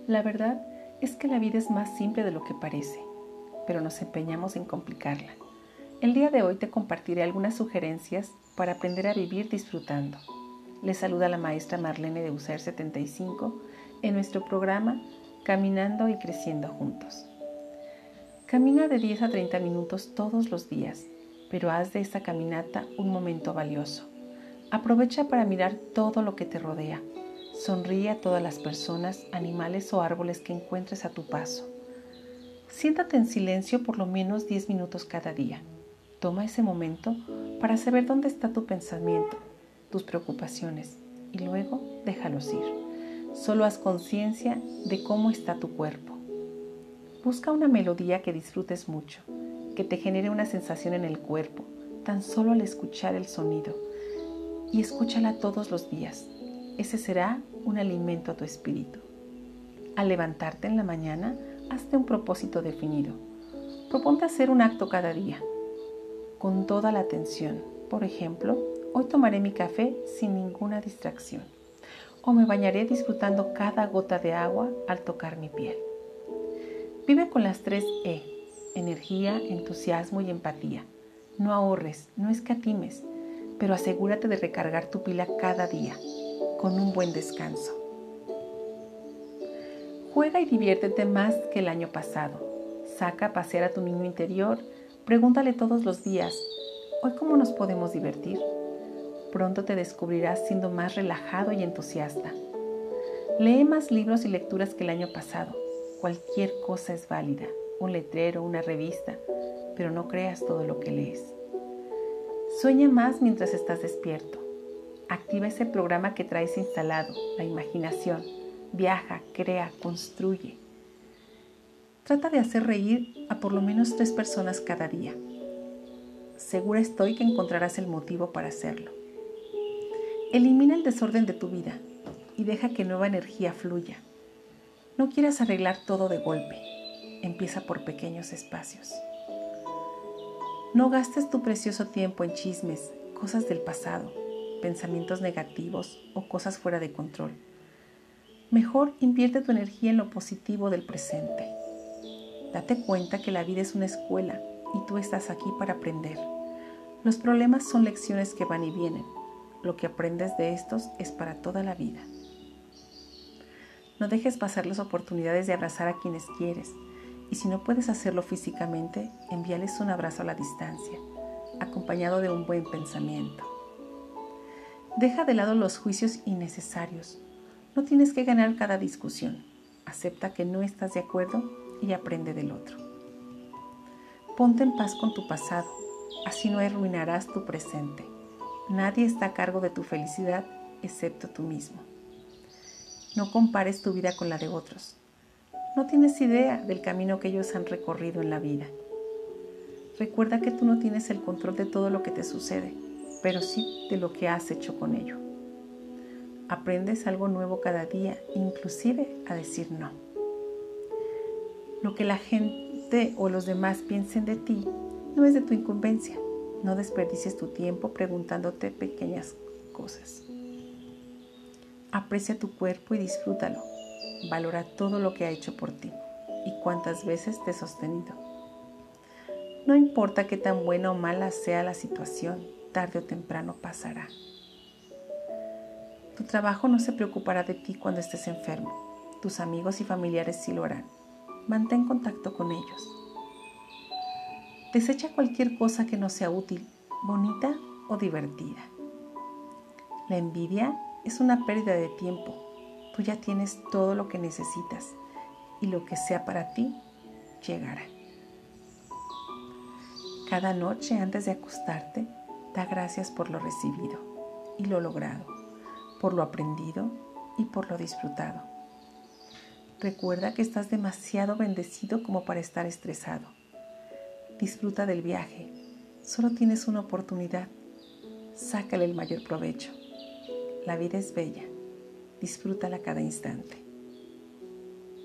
La verdad es que la vida es más simple de lo que parece, pero nos empeñamos en complicarla. El día de hoy te compartiré algunas sugerencias para aprender a vivir disfrutando. Les saluda la maestra Marlene de USAER 75 en nuestro programa Caminando y Creciendo Juntos. Camina de 10 a 30 minutos todos los días, pero haz de esta caminata un momento valioso. Aprovecha para mirar todo lo que te rodea. Sonríe a todas las personas, animales o árboles que encuentres a tu paso. Siéntate en silencio por lo menos 10 minutos cada día. Toma ese momento para saber dónde está tu pensamiento, tus preocupaciones y luego déjalos ir. Solo haz conciencia de cómo está tu cuerpo. Busca una melodía que disfrutes mucho, que te genere una sensación en el cuerpo, tan solo al escuchar el sonido. Y escúchala todos los días. Ese será un alimento a tu espíritu. Al levantarte en la mañana, hazte un propósito definido. Proponte hacer un acto cada día, con toda la atención. Por ejemplo, hoy tomaré mi café sin ninguna distracción. O me bañaré disfrutando cada gota de agua al tocar mi piel. Vive con las 3 E: energía, entusiasmo y empatía. No ahorres, no escatimes, pero asegúrate de recargar tu pila cada día, con un buen descanso. Juega y diviértete más que el año pasado. Saca a pasear a tu niño interior. Pregúntale todos los días: ¿hoy cómo nos podemos divertir? Pronto te descubrirás siendo más relajado y entusiasta. Lee más libros y lecturas que el año pasado. Cualquier cosa es válida, un letrero, una revista, pero no creas todo lo que lees. Sueña más mientras estás despierto. Activa ese programa que traes instalado, la imaginación. Viaja, crea, construye. Trata de hacer reír a por lo menos 3 personas cada día. Segura estoy que encontrarás el motivo para hacerlo. Elimina el desorden de tu vida y deja que nueva energía fluya. No quieras arreglar todo de golpe. Empieza por pequeños espacios. No gastes tu precioso tiempo en chismes, cosas del pasado, pensamientos negativos o cosas fuera de control. Mejor invierte tu energía en lo positivo del presente. Date cuenta que la vida es una escuela y tú estás aquí para aprender. Los problemas son lecciones que van y vienen. Lo que aprendes de estos es para toda la vida. No dejes pasar las oportunidades de abrazar a quienes quieres. Y si no puedes hacerlo físicamente, envíales un abrazo a la distancia, acompañado de un buen pensamiento. Deja de lado los juicios innecesarios. No tienes que ganar cada discusión. Acepta que no estás de acuerdo y aprende del otro. Ponte en paz con tu pasado, así no arruinarás tu presente. Nadie está a cargo de tu felicidad excepto tú mismo. No compares tu vida con la de otros. No tienes idea del camino que ellos han recorrido en la vida. Recuerda que tú no tienes el control de todo lo que te sucede, pero sí de lo que has hecho con ello. Aprendes algo nuevo cada día, inclusive a decir no. Lo que la gente o los demás piensen de ti no es de tu incumbencia. No desperdicies tu tiempo preguntándote pequeñas cosas. Aprecia tu cuerpo y disfrútalo. Valora todo lo que ha hecho por ti y cuántas veces te ha sostenido. No importa qué tan buena o mala sea la situación, tarde o temprano pasará. Tu trabajo no se preocupará de ti cuando estés enfermo. Tus amigos y familiares sí lo harán. Mantén contacto con ellos. Desecha cualquier cosa que no sea útil, bonita o divertida. La envidia es una pérdida de tiempo. Tú ya tienes todo lo que necesitas y lo que sea para ti llegará. Cada noche antes de acostarte, da gracias por lo recibido y lo logrado, por lo aprendido y por lo disfrutado. Recuerda que estás demasiado bendecido como para estar estresado. Disfruta del viaje. Solo tienes una oportunidad. Sácale el mayor provecho. La vida es bella. Disfrútala cada instante.